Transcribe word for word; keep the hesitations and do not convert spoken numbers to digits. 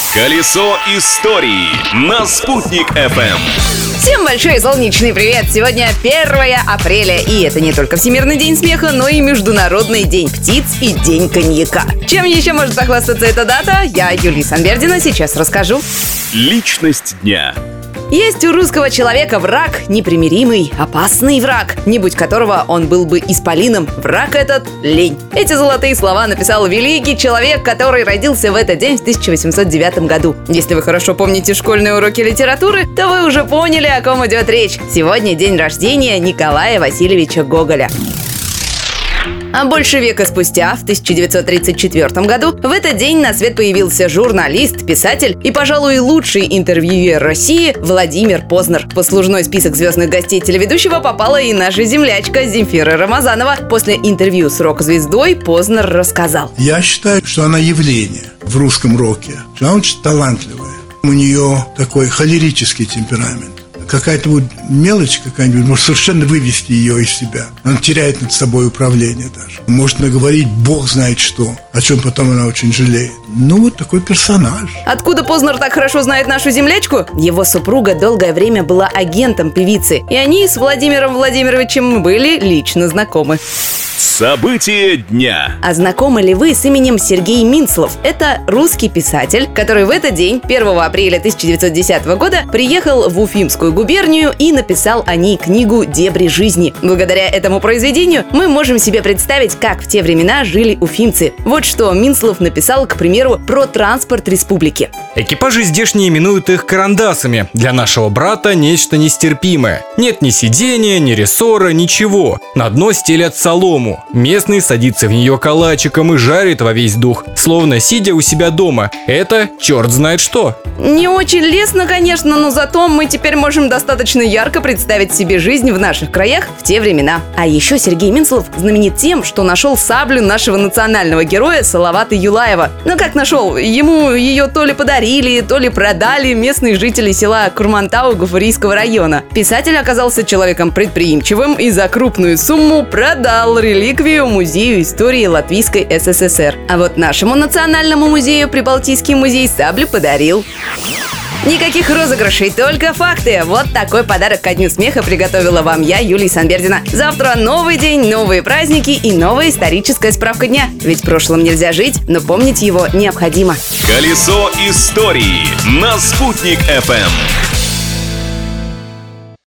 Колесо истории на Спутник эф эм. Всем большой солнечный привет! Сегодня первое апреля, и это не только Всемирный день смеха, но и Международный день птиц и день коньяка. Чем еще может похвастаться эта дата? Я, Юлия Санбердина, сейчас расскажу. Личность дня. Есть у русского человека враг, непримиримый, опасный враг, не будь которого он был бы исполином. Враг этот — лень. Эти золотые слова написал великий человек, который родился в этот день в тысяча восемьсот девятом году. Если вы хорошо помните школьные уроки литературы, то вы уже поняли, о ком идет речь. Сегодня день рождения Николая Васильевича Гоголя. А больше века спустя, в тысяча девятьсот тридцать четвёртом году, в этот день на свет появился журналист, писатель и, пожалуй, лучший интервьюер России Владимир Познер. В послужной список звездных гостей телеведущего попала и наша землячка Земфира Рамазанова. После интервью с рок-звездой Познер рассказал: Я считаю, что она явление в русском роке, что она очень талантливая. У нее такой холерический темперамент. Какая-то вот мелочь какая-нибудь может совершенно вывести ее из себя. Она теряет над собой управление даже. Может наговорить бог знает что, о чем потом она очень жалеет. Ну, вот такой персонаж. Откуда Познер так хорошо знает нашу землячку? Его супруга долгое время была агентом певицы, и они с Владимиром Владимировичем были лично знакомы. События дня. А знакомы ли вы с именем Сергей Минцлов? Это русский писатель, который в этот день, первого апреля тысяча девятьсот десятого года, приехал в Уфимскую губернию и написал о ней книгу «Дебри жизни». Благодаря этому произведению мы можем себе представить, как в те времена жили уфимцы. Вот что Минцлов написал, к примеру, про транспорт республики. Экипажи здешние именуют их карандасами. Для нашего брата нечто нестерпимое. Нет ни сидения, ни рессора, ничего. На дно стелят солому. Местный садится в нее калачиком и жарит во весь дух, словно сидя у себя дома. Это черт знает что. Не очень лестно, конечно, но зато мы теперь можем достаточно ярко представить себе жизнь в наших краях в те времена. А еще Сергей Минцлов знаменит тем, что нашел саблю нашего национального героя Салавата Юлаева. Ну как нашел? Ему ее то ли подарили, то ли продали местные жители села Курмантау Гафурийского района. Писатель оказался человеком предприимчивым и за крупную сумму продал реликвию Музею истории Латвийской эс эс эс эр. А вот нашему национальному музею Прибалтийский музей саблю подарил. Никаких розыгрышей, только факты. Вот такой подарок ко Дню смеха приготовила вам я, Юлия Санбердина. Завтра новый день, новые праздники и новая историческая справка дня. Ведь прошлым нельзя жить, но помнить его необходимо. Колесо истории на Спутник эф эм.